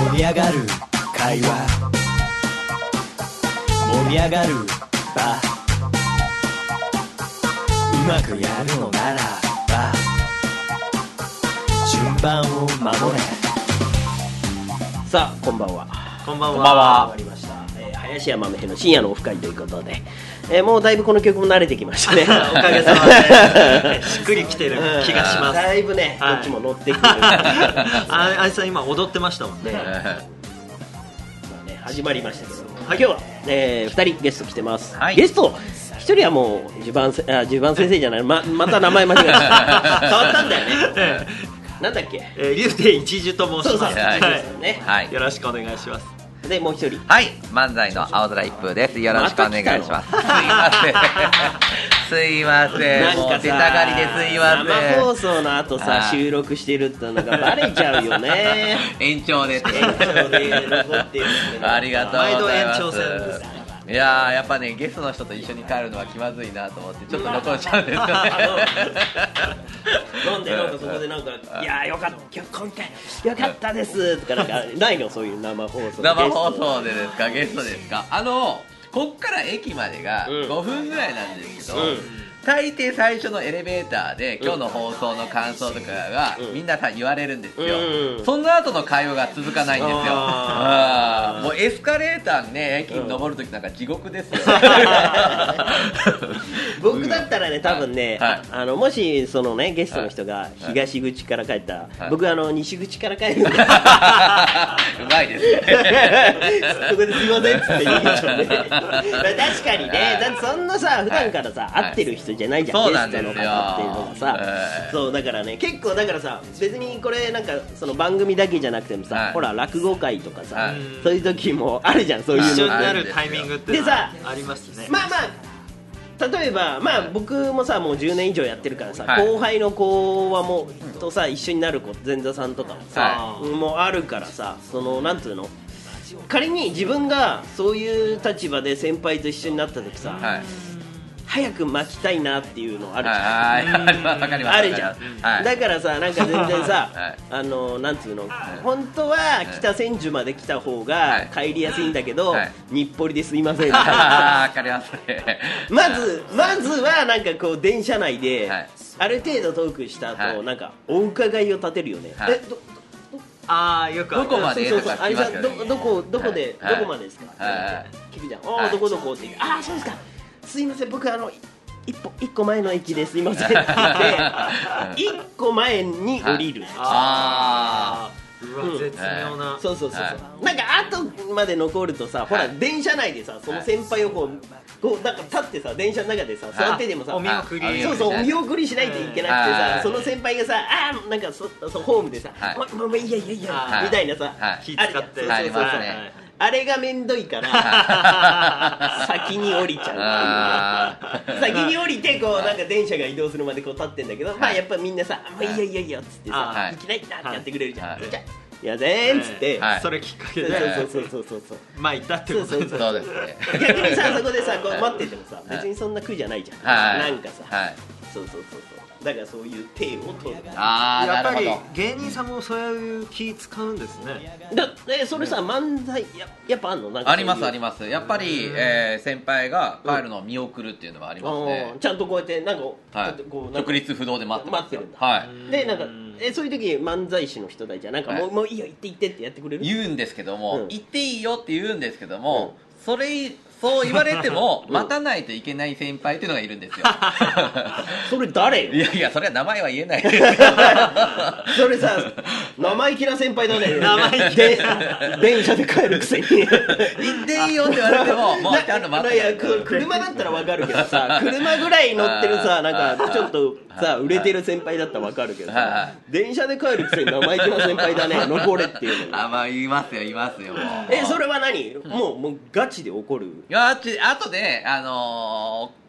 盛り上がる会話、盛り上がる場、うまくやるのならば順番を守れ。 さあこんばんは。 こんばん終は。 わりました、林家豆への深夜のオフ会ということで、もうだいぶこの曲も慣れてきましたねおかげさまでしっくりきてる気がします。 だいぶね、 はい、 こっちも乗ってくるあいつさん今踊ってましたもんね。 まあね、始まりましたけど、今日は、2人ゲスト来てます、 はい、 ゲスト1人はもうジュバン先生じゃない、また名前間違えた変わったんだよねなんだっけ、 竜亭一樹と申します。 そうそうね、 はい、 よろしくお願いします。 でもう一人、 はい、漫才の青空一風です。よろしくお願いします。すいませんすいません、もう出たがりですいません。 生放送の後さ、収録してるってのがバレちゃうよね延長で延長で残ってるありがとうございます。 毎度延長戦です。 いやー、やっぱね、ゲストの人と一緒に帰るのは気まずいなと思ってちょっと残っちゃうんですよねなんでなんかそこでなんかいやーよかった今回よかったですとかなんかないの、そういう生放送生放送でですか、ゲストですか。こっから駅までが5分ぐらいなんですけど、大抵最初のエレベーターで今日の放送の感想とかがみんなさ言われるんですよ、その後の会話が続かないんですよ。もうエスカレーターにね、駅に登るときなんか地獄ですよ僕だったらね、多分ね、 はい、 もしそのねゲストの人が東口から帰ったら、はい、僕西口から帰るんでうまいですねそこですいませんっつって逃げちゃうね確かにね、だってそんなさ普段からさ、会ってる人じゃないじゃん、 そうなんですよゲストの方っていうのがさ、そうだからね、結構だからさ、別にこれなんかその番組だけじゃなくてもさ、ほら落語会とかさ、そういう時もあるじゃん、そういうの一緒になるタイミングってでさありますね。 まあ例えば、僕もさもう10年以上やってるからさ、後輩の子はもうとさ一緒になる子、前座さんとかもさ、もうあるからさ、そのなんていうの、仮に自分がそういう立場で先輩と一緒になった時さ、早く巻きたいなっていうのあるじゃん、あるじゃん、だからさ、なんか全然さなんつうの、本当は北千住まで来た方が帰りやすいんだけど、日暮里ですいませんわかりますねまずはなんかこう電車内である程度トークした後、なんかお伺いを立てるよね、 よくどこまでそうあれさどこでどこまでですか聞くじゃん、どこどこって言う、そうですか、すいません、僕一個前の駅ですいませんって言って一個前に降りる。 絶妙な。 そうなんか後まで残るとさ、ほら電車内でさ、その先輩をこうなんか立ってさ、電車の中でさ座ってでもさ、 お見送り、 お見送りしないといけなくてさ、その先輩がさなんかホームでさ、もういやみたいなさ、 気使ってあれがめんどいから先に降りちゃう先に降りてこうなんか電車が移動するまでこう立ってんだけど、やっぱみんなさいやっつってさ、いきなりなってやってくれるじゃん、じゃいやぜんっつって、 それきっかけでそう行ったってことですね。 そうですね。 逆にさそこでさこう待っててもさ、別にそんな苦じゃないじゃん、なんかさ、そうだからそういう手を取る。 やっぱり芸人さんもそういう気使うんですね。 それさ漫才やっぱあんの？なんかありますやっぱり先輩が帰るのを見送るっていうのはありますね。 ちゃんとこうやってなんか直立不動で待ってるんだ。 でなんかそういう時漫才師の人たちはなんかもういいよ行ってってやってくれる？ 言うんですけども、行っていいよって言うんですけども、そう言われても待たないといけない先輩っていうのがいるんですよそれ誰よ？ いやそれは名前は言えないですけどそれさ生意気な先輩だね電車で帰るくせに行っていいよって言われてももうちゃんと待って車だったら分かるけどさ車ぐらい乗ってるさなんかちょっとさ売れてる先輩だったら分かるけどさ電車で帰るくせに生意気な先輩だね残れっていうの言いますよそれは何もうガチで怒る？ いやあとで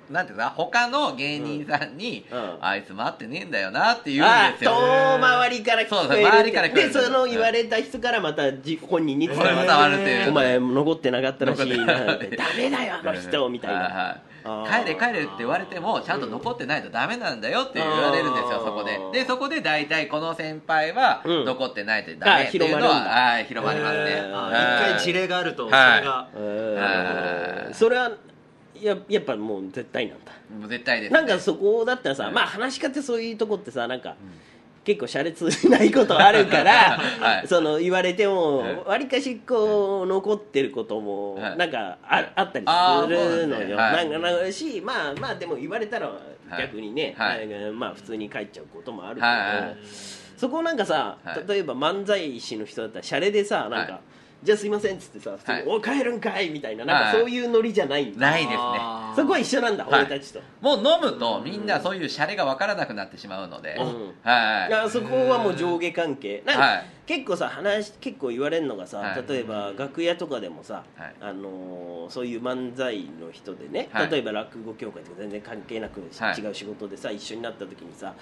なんていうか他の芸人さんに、あいつ待ってねえんだよなって言うんですよ。 周りから聞こえる。 周りから聞こえる。 でその言われた人からまた本人に伝わるっていう。 お前残ってなかったらしいなってダメだよあの人みたいな。 帰れ帰れって言われてもちゃんと残ってないとダメなんだよって言われるんですよ、そこで。でそこで大体この先輩は残ってないとダメっていうのは広まりますね。 一回事例があるとそれがそれはやっぱもう絶対なんだ。 もう絶対です、 なんかそこだったらさ、まあ話し家ってそういうとこってさ、なんか結構シャレ通じないことあるから、その言われてもわりかしこう残ってることもなんかあったりするのよ。なんかし、まあでも言われたら逆にね、まあ普通に帰っちゃうこともあるけど、そこをなんかさ、例えば漫才師の人だったらシャレでさ、なんかじゃあすいませんっつってさ、普通にお帰るんかいみたいな、なんかそういうノリじゃないんだ。 ないですね。 そこは一緒なんだ、俺たちと。 もう飲むとみんなそういうシャレが分からなくなってしまうので、 そこはもう上下関係。なんか結構さ、結構言われるのがさ、例えば楽屋とかでもさ、そういう漫才の人でね、例えば落語協会とか全然関係なく違う仕事でさ、一緒になった時にさ、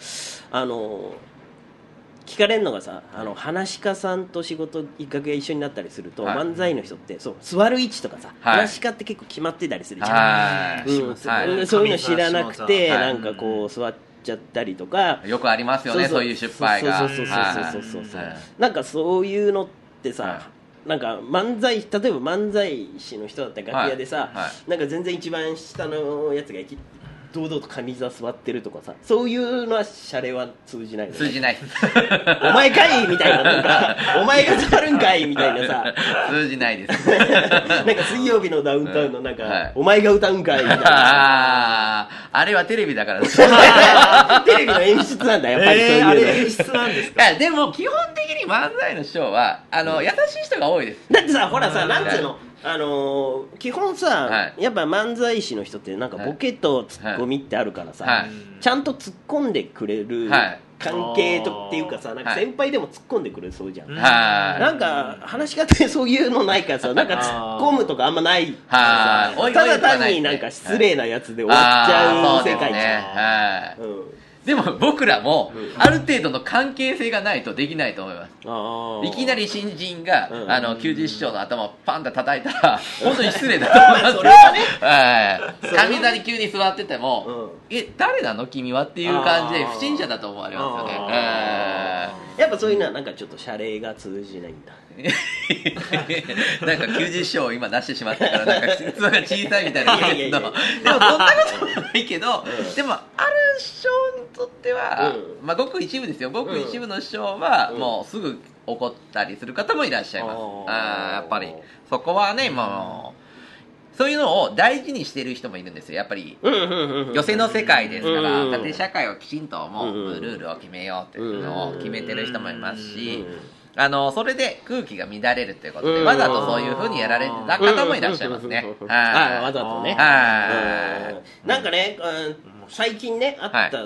聞かれるのがさ、話し家さんと仕事楽屋一緒になったりすると、漫才の人ってそう座る位置とかさ、話し家って結構決まってたりするじゃん。そういうの知らなくて、なんかこう座っちゃったりとかよくありますよね、そういう失敗が。 なんかそういうのってさ、なんか例えば漫才師の人だったら楽屋でさ、なんか全然一番下のやつが堂々と上座座ってるとかさ、そういうのはシャレは通じないよね。 通じないお前かいみたいな、なんかお前が座るんかいみたいなさ、 通じないですなんか水曜日のダウンタウンのなんか、お前が歌うんかいみたいな。 あれはテレビだからです。 テレビの演出なんだ、やっぱりそういうの。 あれ演出なんですか。 でも基本的に漫才の師匠は優しい人が多いです。 だってさ、ほらさ、なんつうの、基本さ、やっぱ漫才師の人ってなんかボケとツッコミってあるからさ、ちゃんと突っ込んでくれる関係とっていうかさ、なんか先輩でも突っ込んでくれそうじゃん。なんか話し方でそういうのないからさ、なんか突っ込むとかあんまないからさ、ただ単になんか失礼なやつで終わっちゃう世界じゃん。 でも僕らもある程度の関係性がないとできないと思います。いきなり新人が90師匠の頭をパンと叩いたら本当に失礼だと思います。 それはね、 上座に急に座ってても誰なの君はっていう感じで不審者だと思われますよね。 やっぱそういうのはなんかちょっとシャレが通じないんだ。 なんか90章を今出してしまったからなんか器が小さいみたいなけど、でもそんなこともないけど、でもある師匠にとっては、まあごく一部ですよ。ごく一部の師匠はもうすぐ怒ったりする方もいらっしゃいます。やっぱりそこはね、もうそういうのを大事にしてる人もいるんですよ。やっぱり寄席の世界ですから縦社会をきちんともうルールを決めようっていうのを決めてる人もいますし、それで空気が乱れるということでわざとそういう風にやられた方もいらっしゃいますね。 わざとね。なんかね、最近ねあった、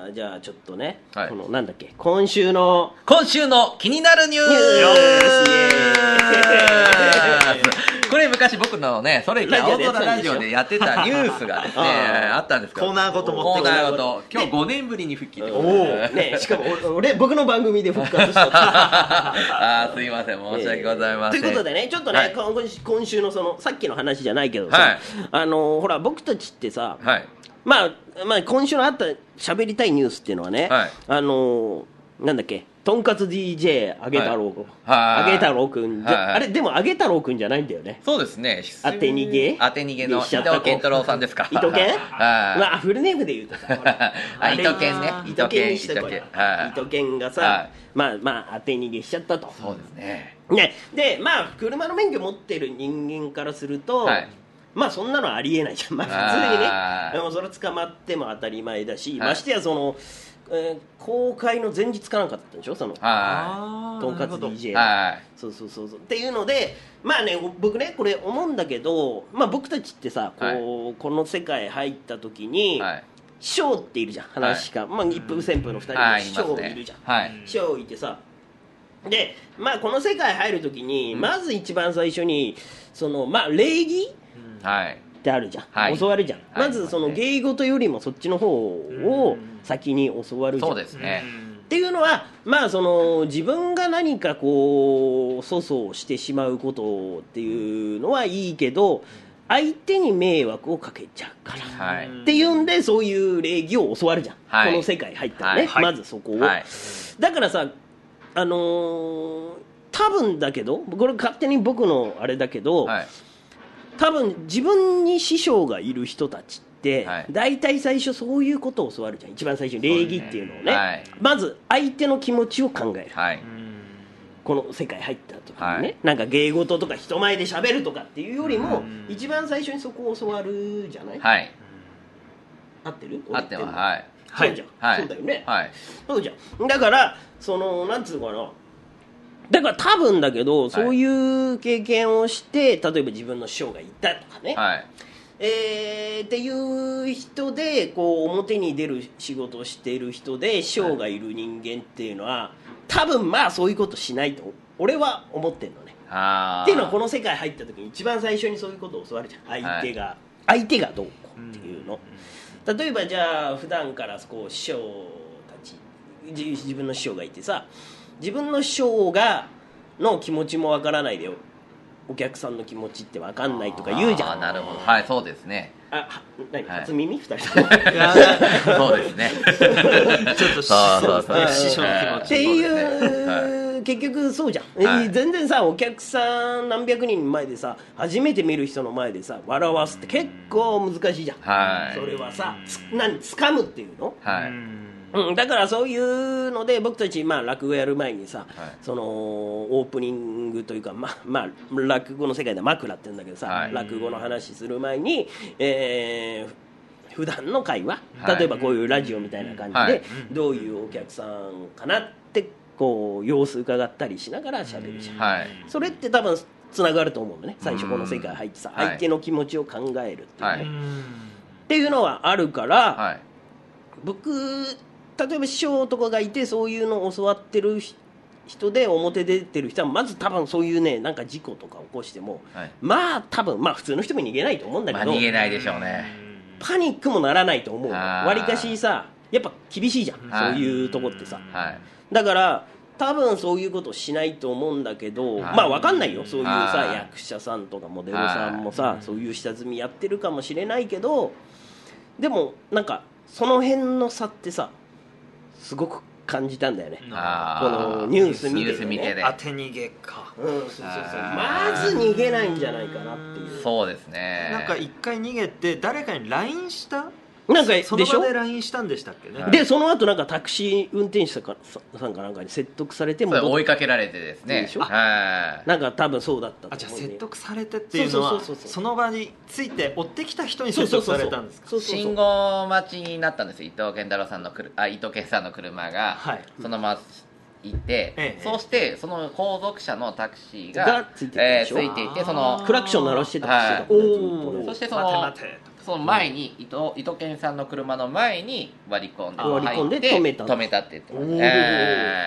じゃあちょっとね、このなんだっけ、今週の気になるニュース。これ昔僕のね、それ青空ラジオでやってたニュースがですねあったんですけど、 コーナーごと持ってきた。 今日5年ぶりに復帰でね、しかも僕の番組で復活したすいません、申し訳ございません。 ということでね、ちょっとね、今週のそのさっきの話じゃないけどさ、ほら僕たちってさ、まあ今週のあった喋りたいニュースっていうのはね、なんだっけ、とんかつ DJ あげ太郎くん、あれでもあげ太郎くんじゃないんだよね。 そうですね。 当て逃げの伊藤健太郎さんですか。 伊藤健、まあフルネームで言うとさ、 伊藤健ね、 伊藤健にしてこい。伊藤健がさ、まあ当て逃げしちゃったと。 そうですね。 でまあ車の免許持ってる人間からすると、まあそんなのありえないじゃん。まあ普通にね、それ捕まっても当たり前だし、ましてやその公開の前日かなんかだったんでしょ、そのとんかつ DJ。そうっていうので、まあね、僕ねこれ思うんだけど、まあ僕たちってさ、この世界入った時に師匠っているじゃん、話か、まあ一風旋風の2人の師匠いるじゃん。師匠いてさ、でまあこの世界入る時にまず一番最初にそのまあ礼儀ってあるじゃん、 はい、 教わるじゃん、 はい、 まずその芸事よりもそっちの方を先に教わるじゃん。 そうですね。 っていうのは、まあ、その自分が何かこう粗相してしまうことっていうのはいいけど、相手に迷惑をかけちゃうから、はい、っていうんでそういう礼儀を教わるじゃん、はい、この世界入ったらね、はい、まずそこを、はい、だからさ、多分だけど、これ勝手に僕のあれだけど、はい、多分自分に師匠がいる人たちって、はい、大体最初そういうことを教わるじゃん。一番最初に礼儀っていうのをね、はい、まず相手の気持ちを考える、はい、この世界入った時にね、はい、なんか芸事とか人前で喋るとかっていうよりも、一番最初にそこを教わるじゃない、はい、合ってる？ 合ってます、はい、 そうじゃん、はい、そうだよね、はい、そうじゃん。だからそのなんつうのかな、だから多分だけど、そういう経験をして、例えば自分の師匠がいたとかね、はい、っていう人でこう表に出る仕事をしている人で師匠がいる人間っていうのは、多分まあそういうことしないと俺は思ってるのね。っていうのはこの世界入った時に一番最初にそういうことを教わるじゃん、相手がどうこうっていうの。例えばじゃあ普段からこう師匠たち、自分の師匠がいてさ、自分の師匠の気持ちもわからないでお客さんの気持ちってわかんないとか言うじゃん。 なるほど、はい、そうですね。 何、初耳2人ともそうですねちょっと師匠の気持ちっていう、結局そうじゃん、全然さ、お客さん何百人前でさ、初めて見る人の前でさ笑わすって結構難しいじゃん、はい、それはさ、掴むっていうの、はい、だからそういうので僕たち、まあ、落語やる前にさ、はい、そのオープニングというか、まあ、落語の世界では枕って言うんだけどさ、はい、落語の話する前に、普段の会話、例えばこういうラジオみたいな感じで、はい、どういうお客さんかなってこう様子伺ったりしながら喋るじゃん、はい、それって多分つながると思うのね。最初この世界入ってさ、相手の気持ちを考えるっていうね、はい、っていうのはあるから、はい、僕例えば師匠とかがいてそういうのを教わってる人で表出てる人はまず多分そういうね、なんか事故とか起こしても、はい、まあ多分まあ普通の人も逃げないと思うんだけど、 逃げないでしょうね。 パニックもならないと思う。わりかしさやっぱ厳しいじゃん、そういうとこってさ、はい、だから多分そういうことしないと思うんだけど、まあ分かんないよ、そういうさ役者さんとかモデルさんもさそういう下積みやってるかもしれないけど、でもなんかその辺の差ってさすごく感じたんだよね、このニュース見てね。 当て逃げか、 そうまず逃げないんじゃないかなっていう。 そうですね。 なんか一回逃げて誰かに LINE したなんかその場で LINE したんでしたっけね。 でその後なんかタクシー運転手さんかなんかに説得されても追いかけられてですね。なんか多分そうだったと思う。 じゃあ説得されてっていうのはその場について追ってきた人に説得されたんですか。 信号待ちになったんですよ。伊藤健さんの車が、はい、そのまま行って、そしてその後続車のタクシーがついていて、そのクラクション鳴らしてた、 はい、そしてその前に伊藤健さんの車の前に割り込んで入って止めたって言ってます。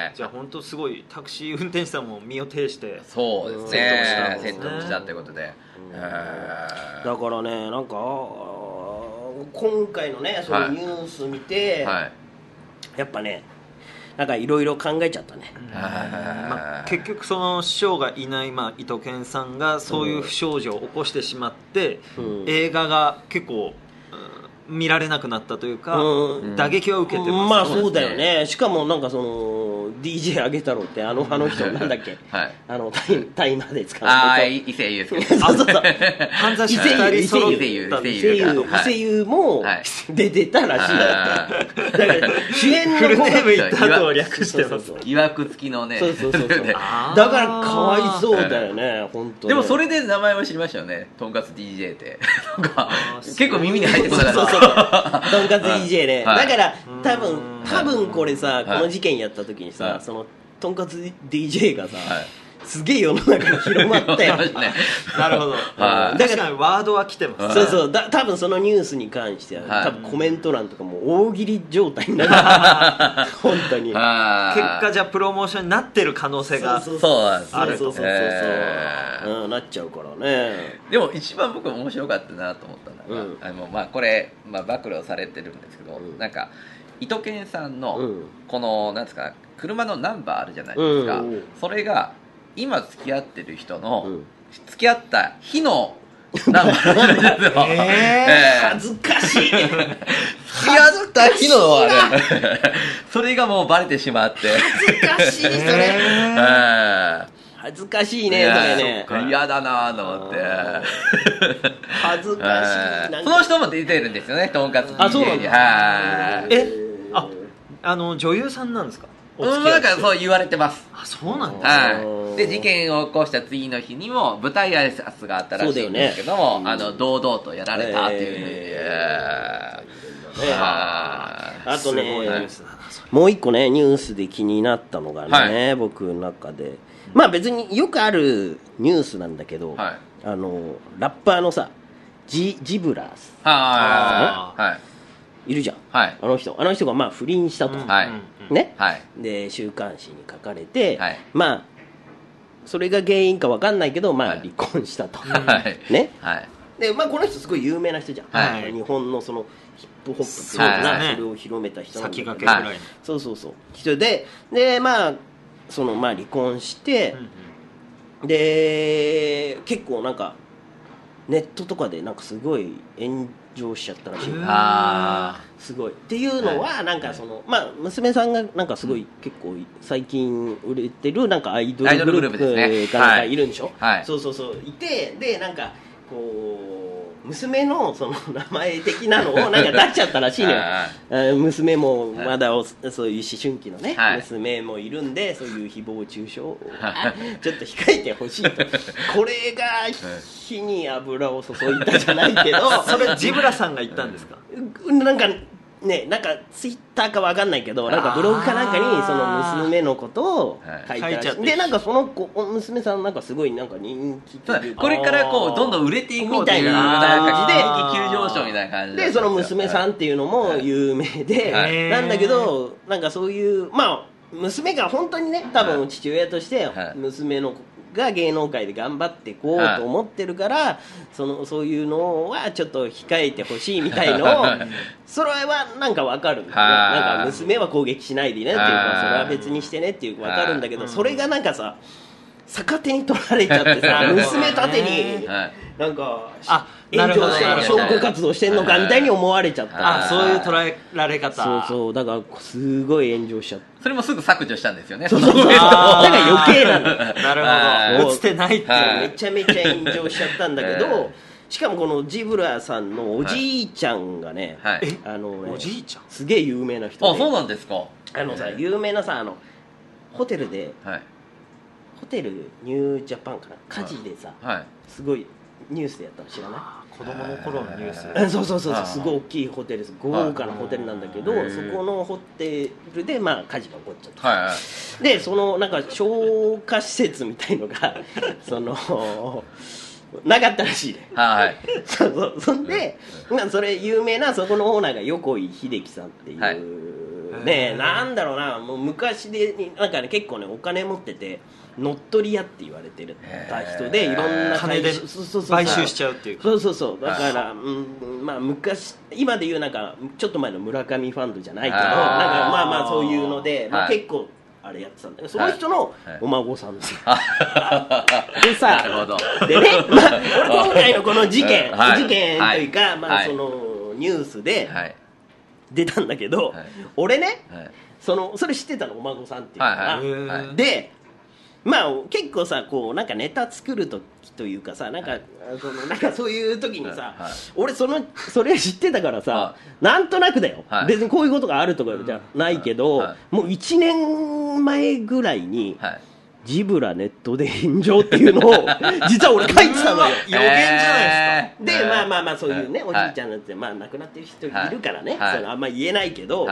じゃあ本当すごいタクシー運転手さんも身を挺してそうですね、説得したということで、 だからね、なんか今回のねそのニュース見て、はい、やっぱねなんかいろいろ考えちゃったね、 まあ、結局その師匠がいない、伊藤健さんがそういう不祥事を起こしてしまって、映画が結構、見られなくなったというか、打撃は受けてます、ね、 まあそうだよね。しかもなんかその DJ あげ太郎ってあの人なんだっけ、はい、タイマーで使う伊勢優そう犯罪者2人揃った伊勢優も出てたらしい。だから主演のフルネーム言った後略してます。 いわくつきのね。 そうだからかわいそうだよね本当。 でもそれで名前は知りましたよね、とんかつ DJ って結構耳に入ってこなかった。 とんかつ DJ ね、だから多分これさ、この事件やった時にさ、そのとんかつ DJ がさ、 すげえ世の中に広まってなるほど、確かにワードは来てます。 そうそう多分そのニュースに関しては、多分コメント欄とかも大喜利状態になる本当に結果じゃあプロモーションになってる可能性があると。 なっちゃうからね。 でも一番僕面白かったなと思ったのが、これ、暴露されてるんですけど、なんか伊藤健さんのこのなんですか車のナンバーあるじゃないですか、それが今付き合ってる人の付き合った日のナンバーなんですよ。 恥ずかしい。 付き合った日のあれそれがもうバレてしまって恥ずかしいそれ。恥ずかしいねそれね。 嫌だなと思って。 恥ずかしい。 その人も出てるんですよね、とんかつ DJ に。 あ、そうなんだ。女優さんなんですか？ なんかそう言われてます。 あ、そうなんですね。で事件を起こした次の日にも舞台挨拶があったらしいんですけども、堂々とやられたっていう。 あとね、もう一個ねニュースで気になったのがね、僕の中で、まあ別によくあるニュースなんだけど、ラッパーのさジブラいるじゃん、あの人がまあ不倫したと、ね、で週刊誌に書かれて、まあそれが原因か分かんないけど、まあ離婚したと、ね、でまあこの人すごい有名な人じゃん、日本のそのヒップホップっていうかな、それを広めた人なんだけど、 先駆けぐらいそう人でまあそのまあ離婚して、で結構なんかネットとかでなんかすごい炎上しちゃったらしい。すごいっていうのはなんかそのまあ娘さんがなんかすごい結構最近売れてるなんかアイドルグループがなんかいるんでしょ。そういて、でなんかこう娘のその名前的なのをなんか出しちゃったらしいのよ。娘もまだそういう思春期のね、娘もいるんで、そういう誹謗中傷をちょっと控えてほしいと。これが火に油を注いだじゃないけどそれジブラさんが言ったんですか？ なんかね、なんかツイッターかわかんないけど、なんかブログかなんかにその娘のことを書いたらしい。でなんかその子娘さんなんかすごいなんか人気というか、 これからこうどんどん売れていこうっていう感じで急上昇みたいな感じで、その娘さんっていうのも有名で、なんだけどなんかそういうまあ娘が本当にね、多分父親として娘のが芸能界で頑張っていこうと思ってるから、そういうのはちょっと控えてほしいみたいのをそれはなんか分かるんだよね。なんか娘は攻撃しないでねっていうか、それは別にしてねっていう分かるんだけど、それがなんかさ逆手に取られちゃってさ、娘盾になんか炎上した証拠活動してんのかみたいに思われちゃった。 そういう捉えられ方。 そうだからすごい炎上しちゃって、 それもすぐ削除したんですよね。 だから余計なの。 なるほど、落ちてないってめちゃめちゃ炎上しちゃったんだけど、しかもこのジブラさんのおじいちゃんがね、 おじいちゃんすげえ有名な人で、 そうなんですか。 さ有名なさホテルで、ホテルニュージャパンかな、火事でさ、すごいニュースでやったの知らない？ 子供の頃のニュース。 そうすごい大きいホテルです。豪華なホテルなんだけど、そこのホテルでまあ火事が起こっちゃった。でそのなんか消火施設みたいのがなかったらしいね。そんでそれ有名なそこのオーナーが横井秀樹さんっていう、ね、なんだろうな、もう昔でなんかね結構ねお金持ってて乗っ取り屋って言われてた人で、いろんな金で買収しちゃうっていうか、 そうだから、まあ昔今でいうなんかちょっと前の村上ファンドじゃないけど、なんかまあそういうので、まあ、結構あれやってたんだけど、その人のお孫さんですよ。でさ、でね、まあ俺今回のこの事件というか、まあそのニュースで出たんだけど、俺ね、それ知ってたの、お孫さんっていうのが、でまあ結構さこうなんかネタ作る時というかさ、なんかそういう時にさ、俺それ知ってたからさ、なんとなくだよ、別にこういうことがあるとかじゃないけど、もう1年前ぐらいにジブラネットで炎上っていうのを実は俺書いてたのよ。 予言じゃないですか。でまあそういうね、おじいちゃんなんてまあ亡くなってる人いるからね、それあんま言えないけど、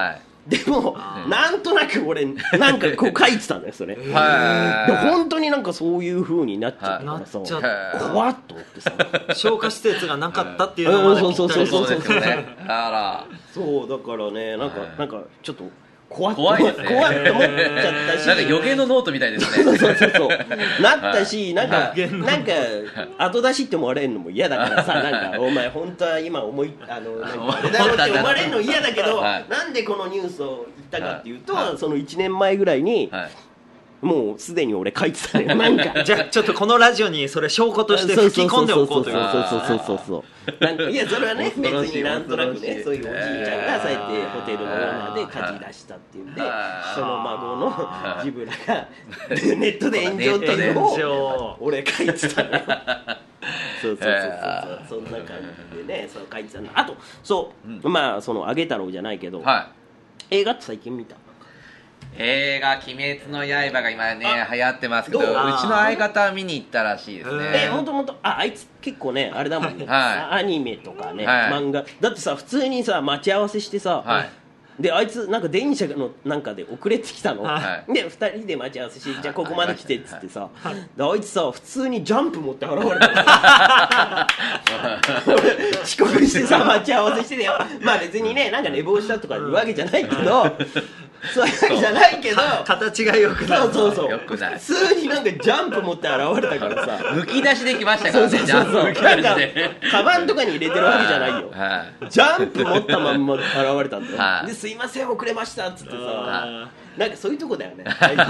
でもなんとなく俺なんかこう書いてたんだよそれ。で本当になんかそういう風になっちゃったからさ、怖っと思ってさ、 消化施設がなかったっていうのまでぴったりそうあら、 そうだからね、なんかちょっと怖いと怖いですね思っちゃったし、 なんか予言のノートみたいですね。 そうなったし、なんか後出しって思われるのも嫌だからさ、なんかお前本当は今なんかあれだろって思われるの嫌だけど、なんでこのニュースを言ったかっていうと、その1年前ぐらいにもうすでに俺書いてたよ。なんかじゃあちょっとこのラジオにそれ証拠として吹き込んでおこうという。 そうなんかいやそれはね別になんとなくね、そういうおじいちゃんがそうやってホテルのオーナーで火事出したっていうんで、その孫のジブラがネットで炎上っていうのを俺書いてたのよ。そうそんな感じでね、そう書いてたの。あとそうまあそのあげ太郎じゃないけど、映画って最近見た？ 映画「鬼滅の刃」が今ね流行ってますけど、うちの相方は見に行ったらしいですね。 ほんとあいつ結構ねあれだもんね、アニメとかね、漫画だってさ、普通にさ待ち合わせしてさ、であいつなんか電車のなんかで遅れてきたの、で2人で待ち合わせして、じゃあここまで来てっつってさ、であいつさ普通にジャンプ持って現れた遅刻してさ待ち合わせしてて、まあ別にねなんか寝坊したとかいうわけじゃないけど、そういうわけじゃないけど形が良くない。 そうよくない。 普通になんかジャンプ持って現れたからさ、 むき出しできましたからね。ジャンプむき出しでカバンとかに入れてるわけじゃないよ。ジャンプ持ったまんま現れたんだよ。ですいません遅れましたっつってさ、なんかそういうとこだよね。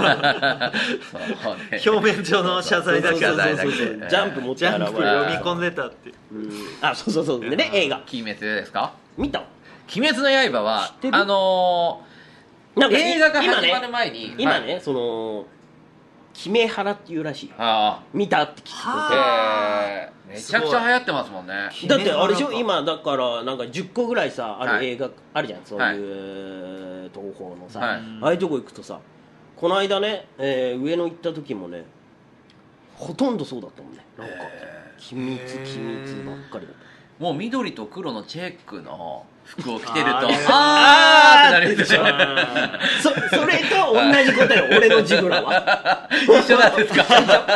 表面上の謝罪だけど、 ジャンプ持って現れた。 ジャンプ読み込んでたって。 あ、そうでね、映画鬼滅ですか？ 見た？ 鬼滅の刃はなんか映画が始まる前に今ねそのキメハラっていうらしい。見たって聞く。 めちゃくちゃ流行ってますもんね。 だってあれでしょ、今だからなんか10個ぐらいさある映画あるじゃん、そういう東宝のさ、ああいうとこ行くとさ、この間ね上野行った時もねほとんどそうだったもんね。なんか機密ばっかりだった。 もう緑と黒のチェックの服を着てるとあーってなるでしょ。 それと同じことよ俺のジブラは。 一緒なんですか？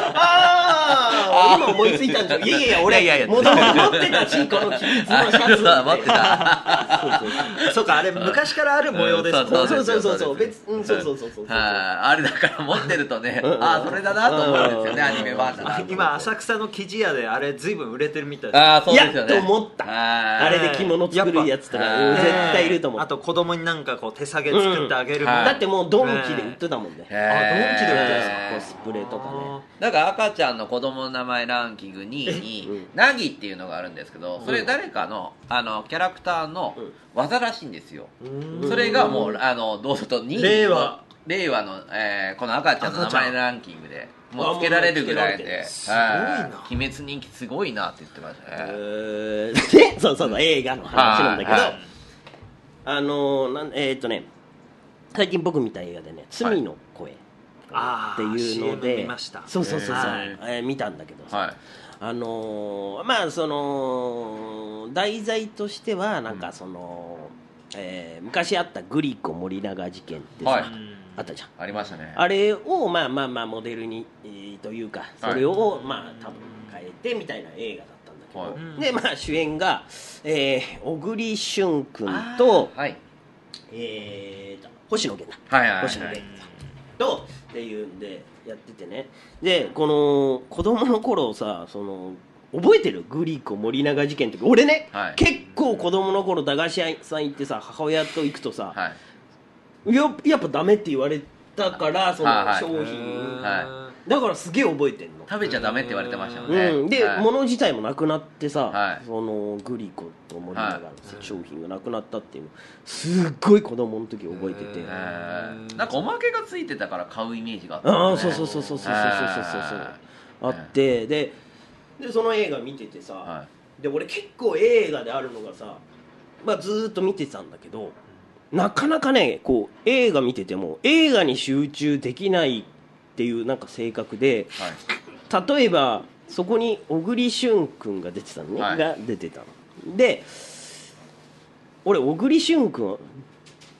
今思いついたんじゃん。いや俺もともと持ってたし、この機密のシャツ持ってた。 そうか、あれ昔からある模様です。 そう別あれだから持ってるとね、ああそれだなと思うんですよね、アニメ版だな。 今浅草の生地屋であれ随分売れてるみたいです。 ああそうですよね。 やっと思った。あれで着物作るやつとか絶対いると思う。 あと子供になんかこう手提げ作ってあげる。 だってもうドンキで売ってたもんね。 ドンキで売ってるんですか？コスプレとかね。 だから赤ちゃんの子供の名前ランキング2位にナギっていうのがあるんですけど、それ誰かのキャラクターの技らしいんですよ。それがもうどうすると2位令和のこの赤ちゃんの名前ランキングでもうつけられるぐらいで、鬼滅人気すごいなって言ってましたね。 でそう映画の話なんだけど、最近僕見た映画でね、罪の声っていうので、そう見たんだけどさ、まあその題材としてはなんかその昔あったグリコ森永事件ってさ、あったじゃん。 ありましたね。 あれをまあモデルにというか、それをまあ多分変えてみたいな映画だったんだけど、でまあ主演が小栗旬君と星野源星野源とっていうんでやっててね。でこの子供の頃さ、その覚えてるグリコ森永事件って。俺ね、結構子供の頃駄菓子屋さん行ってさ、母親と行くとさ、やっぱダメって言われたから、その商品だからすげえ覚えてんの。 食べちゃダメって言われてましたよね。 で物自体もなくなってさ、そのグリコと森永の商品がなくなったっていうのすっごい子供の時覚えてて、 なんかおまけがついてたから買うイメージがあった。 そうあって、でその映画見ててさ、で俺結構映画であるのがさ、まあずーっと見てたんだけど、なかなかねこう映画見てても映画に集中できないっていうなんか性格で、例えばそこに小栗旬君が出てたのね、が出てたので、俺小栗旬君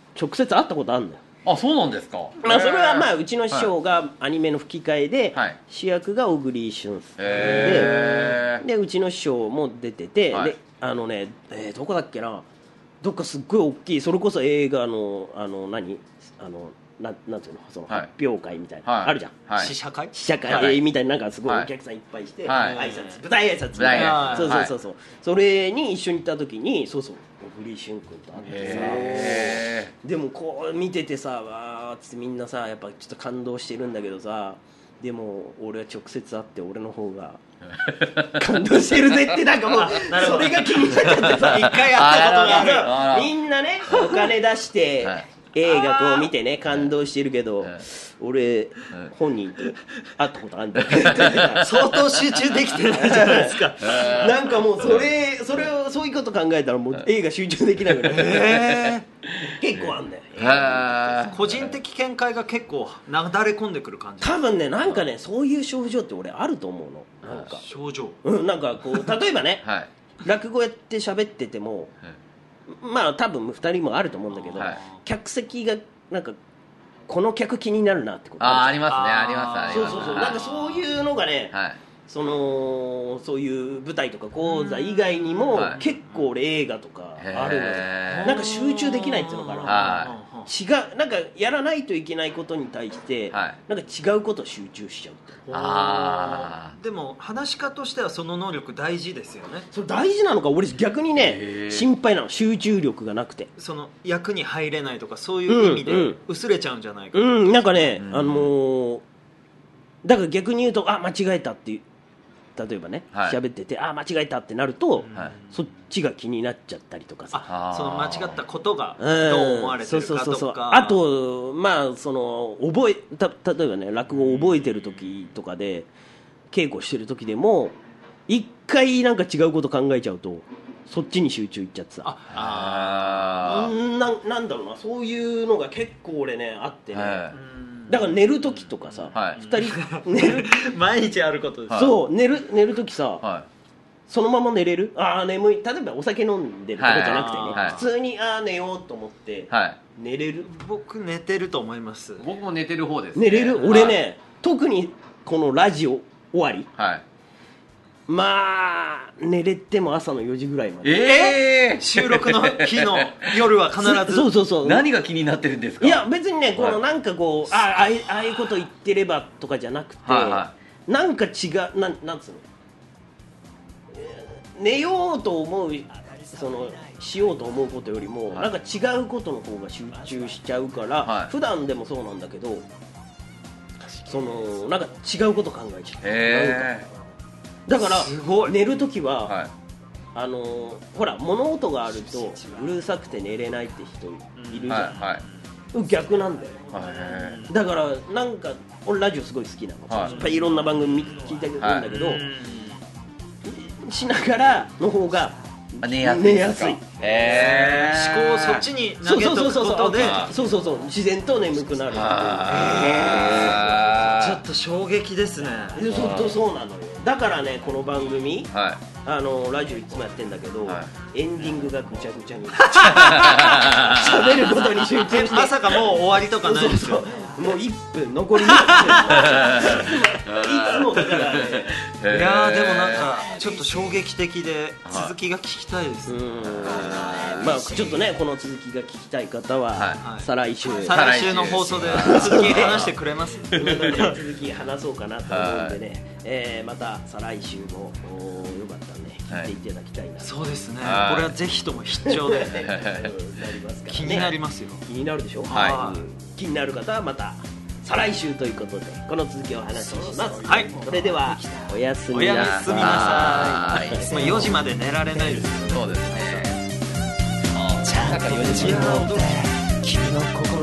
直接会ったことあるんだよ。 あ、そうなんですか。 まあ、それはまあうちの師匠がアニメの吹き替えで、 はい、 主役が小栗旬で、うちの師匠も出てて、でどこだっけな、どっかすっごい大きい、それこそ映画のなんていうの、その発表会みたいな、あるじゃん、 試写会みたいな、なんかすごいお客さんいっぱいして、挨拶、舞台挨拶みたいな、そうそれに一緒に行った時に、そうそう小栗旬君と会ってさ、でもこう見ててさ、わーっつってみんなさ、やっぱちょっと感動してるんだけどさ、でも俺は直接会って俺の方が感動してるぜって、なんかもうそれが気になっちゃってさ、一回やったことがある。みんなね、お金出して映画こう見てね、感動してるけど、俺本人と会ったことあるんだ相当集中できてないじゃないですか。 なんかもうそれをそういうこと考えたらもう映画集中できなくなる。結構あんだよ。 個人的見解が結構なだれ込んでくる感じ。 多分ね、なんかね、そういう症状って俺あると思うの。なんか症状、 なんかこう例えばね、落語やって喋ってても、まあ多分2人もあると思うんだけど、客席がなんかこの客気になるなってことありますね、あります。 そうなんかそういうのがね、そういう舞台とか講座以外にも結構俺映画とかあるのよ。なんか集中できないっていうのかな、なんかやらないといけないことに対して、なんか違うことを集中しちゃう。 でも話し家としてはその能力大事ですよね。 それ大事なのか、俺逆にね心配なの、集中力がなくて、 その役に入れないとかそういう意味で薄れちゃうんじゃないか、 なんかね、だから逆に言うと、間違えたっていう、例えばね喋ってて間違えたってなると、そっちが気になっちゃったりとかさ、 その間違ったことがどう思われてるかとか、 あとまあその例えばね、落語を覚えてる時とかで稽古してる時でも一回なんか違うこと考えちゃうとそっちに集中いっちゃってさ、なんだろうな、そういうのが結構俺ねあってね、だから寝る時とかさ、2人寝る毎日あることです。 そう寝る時さ、そのまま寝れる、眠い、例えばお酒飲んでるとかじゃなくてね、普通に寝ようと思って寝れる。 僕寝てると思います。 僕も寝てる方ですね。 寝れる。俺ね、特にこのラジオ終わり、まあ寝れても朝の4時ぐらいまで、 収録の日の夜は必ずそう何が気になってるんですか。 いや別にね、このなんかこうああいうこと言ってればとかじゃなくて、なんか違う、なんつうの、寝ようと思う、しようと思うことよりも、なんか違うことの方が集中しちゃうから、普段でもそうなんだけど、なんか違うこと考えちゃう。だから寝るときは、ほら物音があるとうるさくて寝れないって人いるじゃん、逆なんだよ。だからなんか俺ラジオすごい好きなの、いっぱいいろんな番組聞いてるんだけど、しながらの方が寝やすい。 思考をそっちに投げとくことでそう自然と眠くなる。 ちょっと衝撃ですね。 そうなのよ。だからね、この番組、ラジオいつもやってんだけど、エンディングがぐちゃぐちゃに喋ることに集中して、 まさかもう終わりとかないですよ。 もう1分残り1分いつもだからね。 いやーでもなんかちょっと衝撃的で続きが聞きたいです。 まあちょっとね、この続きが聞きたい方は再来週の放送で続き話してくれます。 続き話そうかなと思うんでね、また再来週もよかったらね聞いていただきたいな。 そうですね、これはぜひとも必聴で気になりますよ。 気になるでしょ。気になる方はまた再来週ということでこの続きをお話しします。それではおやすみなさい。 4時まで寝られないです。 そうですね。 ちゃんと4時に乗って君の心